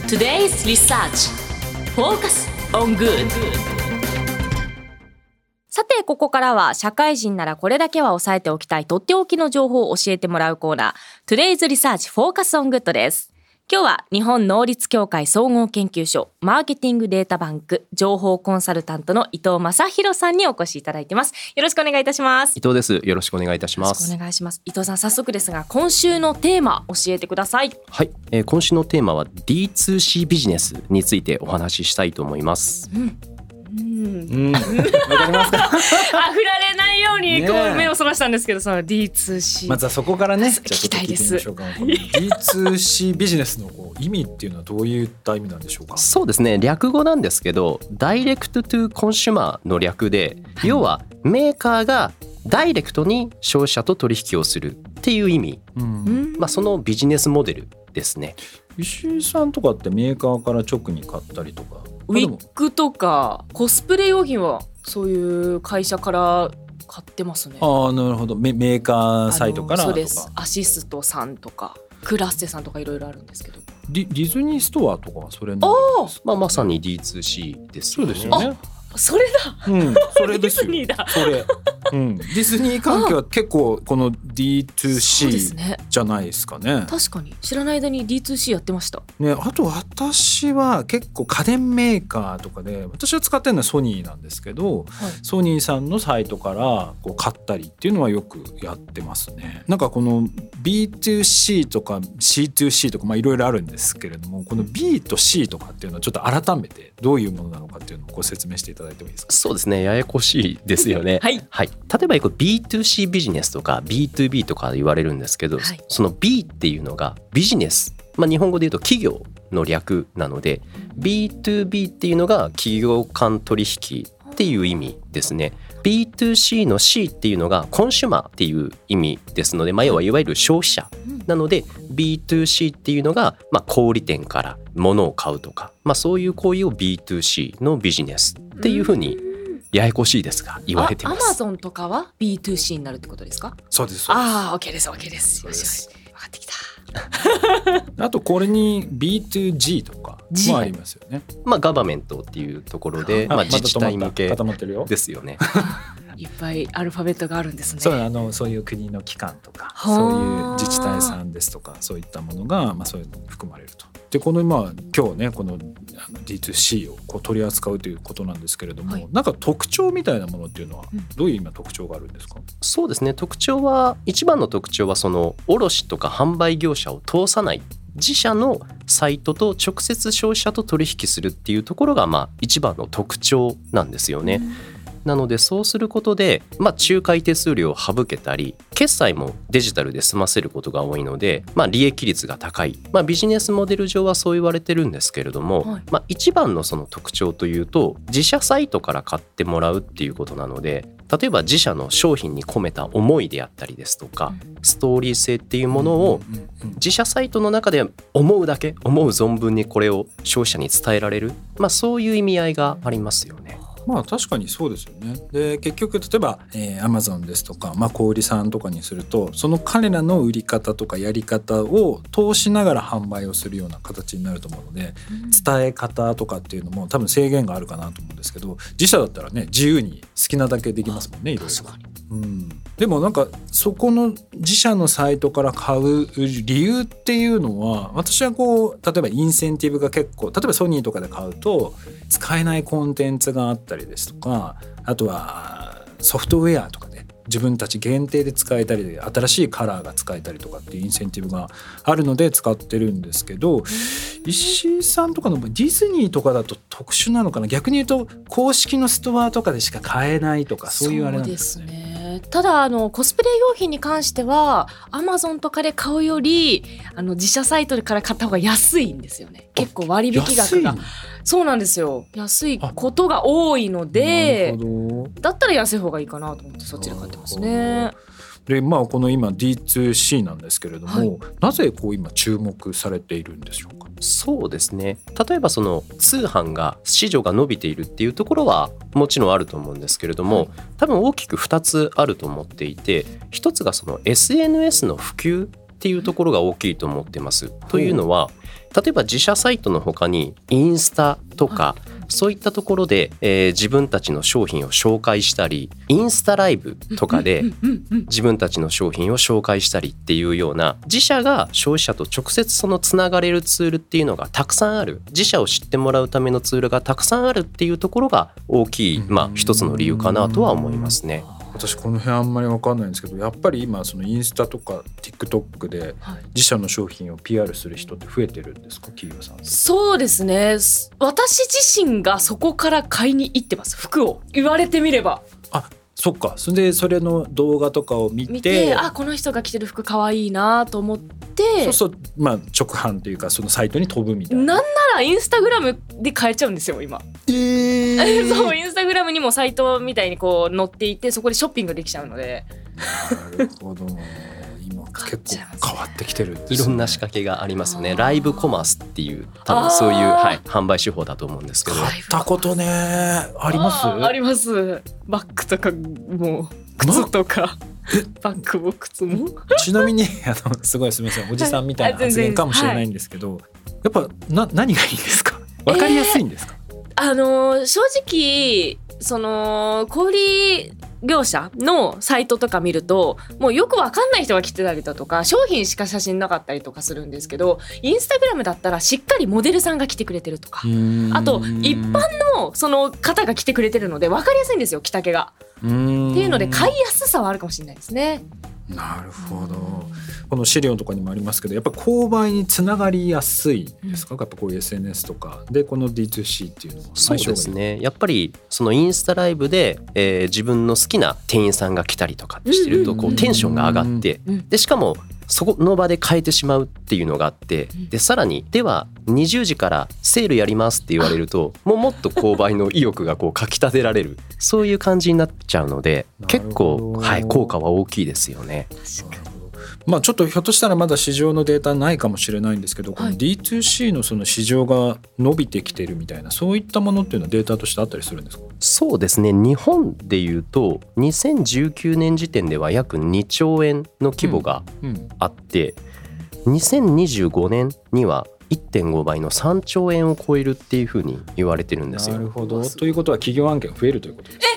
Today's Research Focus on Good。 さてここからは社会人ならこれだけは押さえておきたいとっておきの情報を教えてもらうコーナー Today's Research Focus on Good です。今日は日本能率協会総合研究所マーケティングデータバンク情報コンサルタントの伊藤正弘さんにお越しいただいています。よろしくお願いいたします。 伊藤です。よろしくお願いいたします。 よろしくお願いします。伊藤さん、早速ですが今週のテーマ教えてください。 はい、今週のテーマは D2C ビジネスについてお話ししたいと思います。 わかりますか？ 振られないようにこう目をそらしたんですけど、その D2C まずはそこからね、 聞きたいです。 じゃあちょっと聞いてみましょうか。この D2C ビジネスの意味っていうのはどういった意味なんでしょうか？ そうですね、略語なんですけどダイレクトトゥコンシュマーの略で、要はメーカーがダイレクトに消費者と取引をするっていう意味、そのビジネスモデルですね。 石井さんとかってメーカーから直に買ったりとか、 ウィッグとかコスプレ用品はそういう会社から買ってますね。 ああ、なるほど。メーカーサイトからとか。 そうです。アシストさんとかクラッセさんとかいろいろあるんですけど、 ディズニーストアとかはそれのまさに D2C ですよね。 そうですよね。 それだ、 それですよ。 ディズニーだ。 それ、ディズニー関係は結構この D2C じゃないですかね。 確かに知らない間に D2C やってましたね。あと私は結構家電メーカーとかで、私は使ってるのはソニーなんですけど、ソニーさんのサイトからこう買ったりっていうのはよくやってますね。なんかこの B2C とか C2C とかいろいろあるんですけれども、この B と C とかっていうのはちょっと改めてどういうものなのかっていうのをご説明していただいてもいいですか？ そうですね、ややこしいですよね。はい、例えばB2C ビジネスとか B2B とか言われるんですけど、その B っていうのがビジネス、日本語で言うと企業の略なので B2B っていうのが企業間取引っていう意味ですね。B2C の C っていうのがコンシュマーっていう意味ですので、要はいわゆる消費者なので B2C っていうのが小売店から物を買うとか、そういう行為を B2C のビジネスっていうふうにややこしいですが言われてます。 アマゾンとかは B2C になるってことですか？ そうです。 OK です OK です。よし分かってきた。 あとこれに B2G とかもありますよね。 ガバメントっていうところで、自治体向けですよね。 いっぱいアルファベットがあるんですね。 そういう国の機関とかそういう自治体さんですとか、そういったものがそういうのに含まれると。でこの今日ね、この D2C を取り扱うということなんですけれども、なんか特徴みたいなものっていうのはどういう今特徴があるんですか？ そうですね、一番の特徴はその卸とか販売業者を通さない自社のサイトと直接消費者と取引するっていうところが一番の特徴なんですよね。なのでそうすることで、仲介手数料を省けたり、決済もデジタルで済ませることが多いので、利益率が高い、ビジネスモデル上はそう言われてるんですけれども、一番のその特徴というと自社サイトから買ってもらうっていうことなので、例えば自社の商品に込めた思いであったりですとか、ストーリー性っていうものを自社サイトの中で思うだけ思う存分にこれを消費者に伝えられる、そういう意味合いがありますよね。 確かにそうですよね。で結局例えば、Amazon ですとか、小売さんとかにすると、その彼らの売り方とかやり方を通しながら販売をするような形になると思うので、伝え方とかっていうのも多分制限があるかなと思うんですけど、自社だったらね、自由に好きなだけできますもんね、いろいろ。確かに。でもなんかそこの自社のサイトから買う理由っていうのは、私は例えばインセンティブが結構、例えばソニーとかで買うと使えないコンテンツがあったりですとか、あとはソフトウェアとかで自分たち限定で使えたりで、新しいカラーが使えたりとかっていうインセンティブがあるので使ってるんですけど、石井さんとかのディズニーとかだと特殊なのかな。逆に言うと公式のストアとかでしか買えないとか、そういうあれなんですね。 そうですね。ただコスプレ用品に関しては Amazon とかで買うより自社サイトから買った方が安いんですよね。結構割引額が。そうなんですよ。安いことが多いので、だったら安い方がいいかなと思ってそっちで買ってますね。 でこの今 D2C なんですけれども、なぜ今注目されているんでしょうか？ そうですね、例えばその通販が市場が伸びているっていうところはもちろんあると思うんですけれども、多分大きく2つあると思っていて、一つがその SNS の普及っていうところが大きいと思ってます。というのは例えば自社サイトの他にインスタとかそういったところで、自分たちの商品を紹介したりインスタライブとかで自分たちの商品を紹介したりっていうような自社が消費者と直接そのつながれるツールっていうのがたくさんある、自社を知ってもらうためのツールがたくさんあるっていうところが大きい、一つの理由かなとは思いますね。 私この辺あんまり分かんないんですけど、やっぱり今そのインスタとか TikTok で自社の商品を PR する人って増えてるんですか、企業さん。 そうですね、私自身がそこから買いに行ってます、服を。言われてみれば。 あ、そっか。それでそれの動画とかを見てあ、この人が着てる服かわいいなと思って、 そうそう、直販というかそのサイトに飛ぶみたいな。 なんならインスタグラムで買えちゃうんですよ今。そう、インスタグラムにもサイトみたいにこう載っていて、そこでショッピングできちゃうので。 なるほど。今結構変わってきてるんですね。 いろんな仕掛けがありますね。ライブコマースっていう多分そういう、販売手法だと思うんですけど。 買ったことねあります？ あります。バッグとかも靴とか、バッグも靴も。 ちなみにすごいすみません、おじさんみたいな発言かもしれないんですけど、やっぱ何がいいんですか？わかりやすいんですか？ 正直その小売業者のサイトとか見るともうよくわかんない人が来てたりだとか、商品しか写真なかったりとかするんですけど、インスタグラムだったらしっかりモデルさんが来てくれてるとか、あと一般のその方が来てくれてるので分かりやすいんですよ、着丈が。っていうので買いやすさはあるかもしれないですね。 なるほど。この資料とかにもありますけど、やっぱ購買につながりやすいですか？やっぱこういう SNS とかでこの D2C っていうのは。 そうですね、やっぱりそのインスタライブで、自分の好きな店員さんが来たりとかしてるとこうテンションが上がって、でしかもそこの場で変えてしまうっていうのがあって、でさらにでは20時からセールやりますって言われるともっと購買の意欲がこうかきたてられる、そういう感じになっちゃうので結構、効果は大きいですよね。 ちょっとひょっとしたらまだ市場のデータないかもしれないんですけど、この D2C のその市場が伸びてきてるみたいな、そういったものっていうのはデータとしてあったりするんですか？ そうですね、日本でいうと2019年時点では約2兆円の規模があって、2025年には 1.5 倍の3兆円を超えるっていうふうに言われてるんですよ。 なるほど。ということは企業案件増えるということです。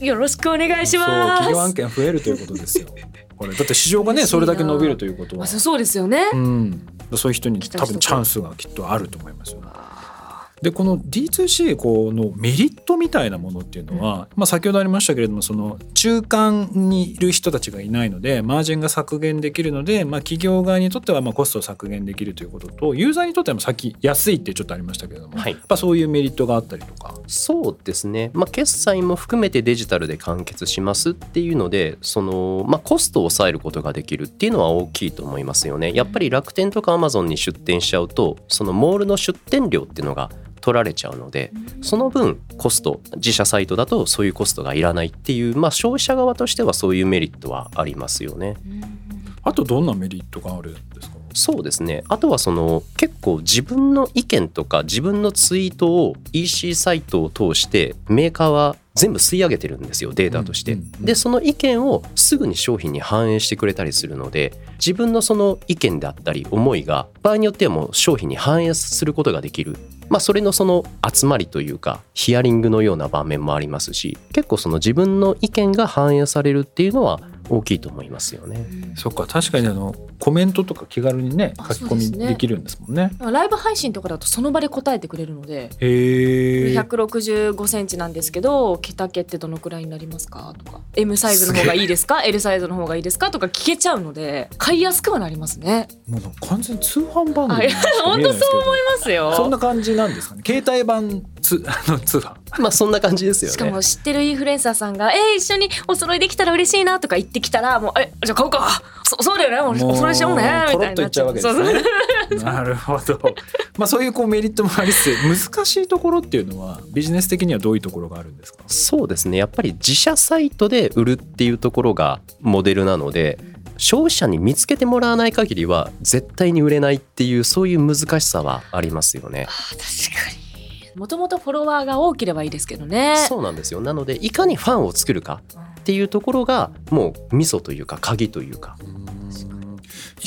よろしくお願いします。 そう、企業案件増えるということですよ。これだって市場がねそれだけ伸びるということは、 そうですよね、 そういう人に多分チャンスがきっとあると思いますよね。でこの D2C このメリットみたいなものっていうのは、先ほどありましたけれども、その中間にいる人たちがいないのでマージンが削減できるので、企業側にとってはコストを削減できるということと、ユーザーにとっては安いってちょっとありましたけれども、そういうメリットがあったりとか。 そうですね、決済も含めてデジタルで完結しますっていうので、その、コストを抑えることができるっていうのは大きいと思いますよね。やっぱり楽天とかアマゾンに出店しちゃうと、そのモールの出店料っていうのが取られちゃうので、その分コスト、自社サイトだとそういうコストがいらないっていう、消費者側としてはそういうメリットはありますよね。 あとどんなメリットがあるんですか？ そうですね、あとはその結構自分の意見とか自分のツイートを EC サイトを通してメーカーは全部吸い上げてるんですよ、データとして。でその意見をすぐに商品に反映してくれたりするので、自分のその意見であったり思いが場合によってはもう商品に反映することができる、それのその集まりというかヒアリングのような場面もありますし、結構その自分の意見が反映されるっていうのは大きいと思いますよね。 そっか、確かにコメントとか気軽にね書き込みできるんですもんね。 ライブ配信とかだとその場で答えてくれるので、165センチなんですけど毛丈ってどのくらいになりますかとか、 M サイズの方がいいですか L サイズの方がいいですかとか聞けちゃうので買いやすくはなりますね。 もう完全に通販番組にしか見えないんですけど本当そう思いますよ。 そんな感じなんですかね、携帯版通販。 そんな感じですよね。 しかも知ってるインフルエンサーさんが一緒にお揃いできたら嬉しいなとか言ってきたら、もうじゃあ買おうか、そうだよね、お揃いしようねみたいになっちゃうわけですね。 なるほど。そういうメリットもありつつ、難しいところっていうのはビジネス的にはどういうところがあるんですか？ そうですね、やっぱり自社サイトで売るっていうところがモデルなので、消費者に見つけてもらわない限りは絶対に売れないっていう、そういう難しさはありますよね。 確かに。もともとフォロワーが多ければいいですけどね。 そうなんですよ。なのでいかにファンを作るかっていうところがもうミソというか鍵というか。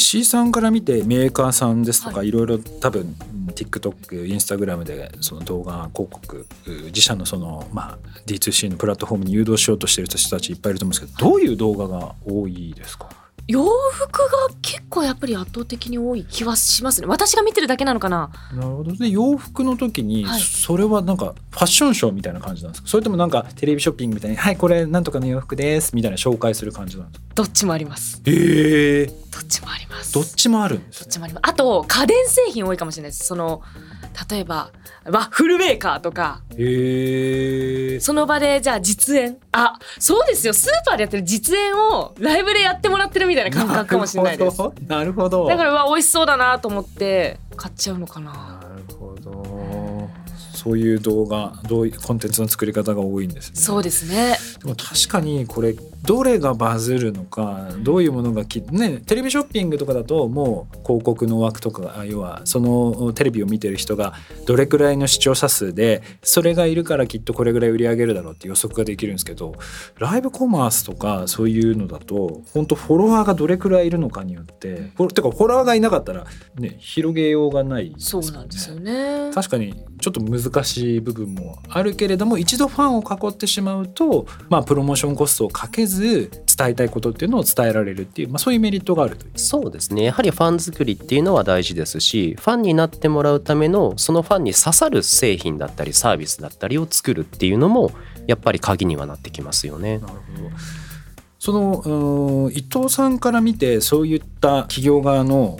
石井さんから見てメーカーさんですとか、いろいろ多分 TikTok、Instagram でその動画広告自社のその、D2C のプラットフォームに誘導しようとしている人たちいっぱいいると思うんですけど、どういう動画が多いですか？ 洋服が結構やっぱり圧倒的に多い気はしますね。私が見てるだけなのかな。 なるほど。で洋服の時にそれはなんかファッションショーみたいな感じなんですか？それともなんかテレビショッピングみたいにはいこれなんとかの洋服ですみたいな紹介する感じなんですか？ どっちもあります。 どっちもあります。 どっちもあるんですね。 どっちもあります。あと家電製品多いかもしれないです。その例えばワッフルメーカーとか、その場でじゃあ実演、そうですよ、スーパーでやってる実演をライブでやってもらってるみたいな感覚かもしれないです。 なるほど。 だから美味しそうだなと思って買っちゃうのかな。 なるほど。そういう動画、どういうコンテンツの作り方が多いんですね。 そうですね。 でも確かにこれどれがバズるのか、どういうものがテレビショッピングとかだともう広告の枠とか、要はそのテレビを見てる人がどれくらいの視聴者数でそれがいるからきっとこれぐらい売り上げるだろうって予測ができるんですけど、ライブコマースとかそういうのだと本当フォロワーがどれくらいいるのかによってフォロワーがいなかったらね広げようがないですよね。 そうなんですよね。 確かにちょっと難しい部分もあるけれども、一度ファンを囲ってしまうと、プロモーションコストをかけず伝えたいことっていうのを伝えられるっていう、そういうメリットがあるという。 そうですね。やはりファン作りっていうのは大事ですし、ファンになってもらうためのそのファンに刺さる製品だったりサービスだったりを作るっていうのもやっぱり鍵にはなってきますよね。 なるほど。その伊藤さんから見てそういった企業側の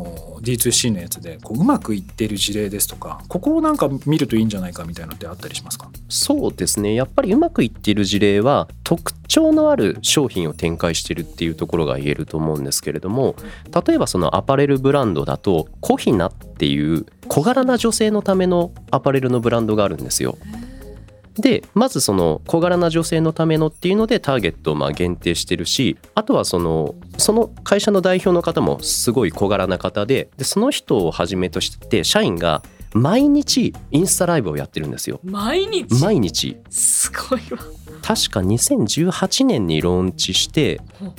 D2C のやつでうまくいってる事例ですとか、ここをなんか見るといいんじゃないかみたいなのってあったりしますか？ そうですね。やっぱりうまくいっている事例は特徴のある商品を展開しているっていうところが言えると思うんですけれども、例えばそのアパレルブランドだとコヒナっていう小柄な女性のためのアパレルのブランドがあるんですよ。でまずその小柄な女性のためのっていうのでターゲットを限定してるし、あとはその会社の代表の方もすごい小柄な方で、その人をはじめとして社員が毎日インスタライブをやってるんですよ。毎日すごいわ。 確か2018年にローンチして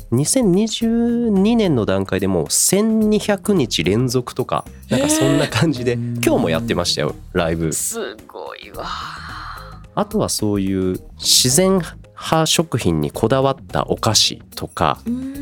2022年の段階でもう1200日連続とかなんかそんな感じで今日もやってましたよライブ。 すごいわ。 あとはそういう自然派食品にこだわったお菓子とか。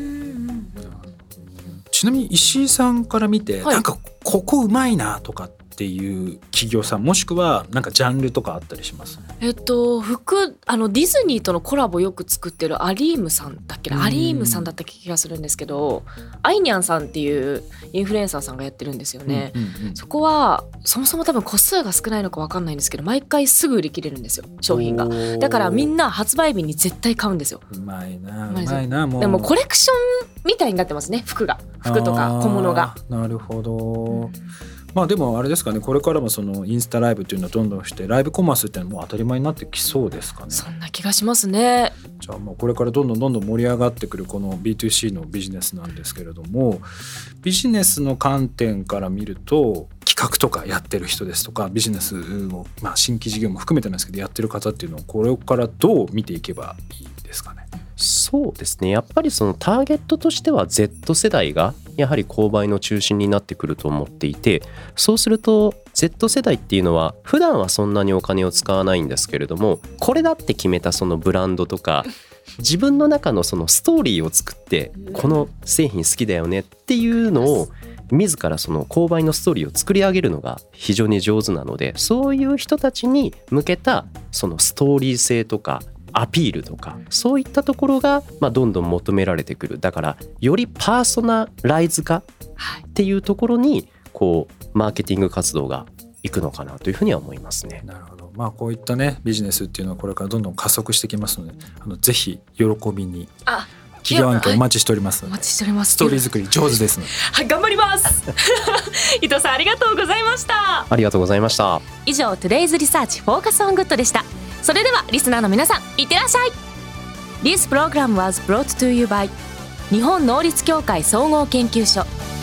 ちなみに石井さんから見て、なんかここうまいなとかっていう企業さん、もしくはなんかジャンルとかあったりします？ 服ディズニーとのコラボよく作ってるアリームさんだっけな、アリームさんだった気がするんですけど、アイニャンさんっていうインフルエンサーさんがやってるんですよね。そこはそもそも多分個数が少ないのか分かんないんですけど、毎回すぐ売り切れるんですよ商品が。だからみんな発売日に絶対買うんですよ。 うまいなもう。 でもコレクションみたいになってますね。服とか小物が。なるほど。でもあれですかね、これからもそのインスタライブっていうのはどんどんしてライブコマースっていうのはもう当たり前になってきそうですかね。 そんな気がしますね。 じゃあもうこれからどんどん盛り上がってくるこの B2C のビジネスなんですけれども、ビジネスの観点から見ると企画とかやってる人ですとかビジネスを新規事業も含めてなんですけどやってる方っていうのをこれからどう見ていけばいいですかね。 そうですね。やっぱりそのターゲットとしては Z 世代がやはり購買の中心になってくると思っていて、そうすると Z 世代っていうのは普段はそんなにお金を使わないんですけれども、これだって決めたそのブランドとか自分の中のそのストーリーを作ってこの製品好きだよねっていうのを自らその購買のストーリーを作り上げるのが非常に上手なので、そういう人たちに向けたそのストーリー性とかアピールとかそういったところがどんどん求められてくる。だからよりパーソナライズ化っていうところにマーケティング活動がいくのかなというふうには思いますね。 なるほど。こういったねビジネスっていうのはこれからどんどん加速してきますので、ぜひ喜びに企業案件お待ちしております。 お待ちしております。 ストーリー作り上手ですね。 はい、頑張ります伊藤さんありがとうございました。 ありがとうございました。 以上 Today's Research Focus on Good でした。それではリスナーの皆さんいってらっしゃい。 This program was brought to you by 日本能率協会総合研究所。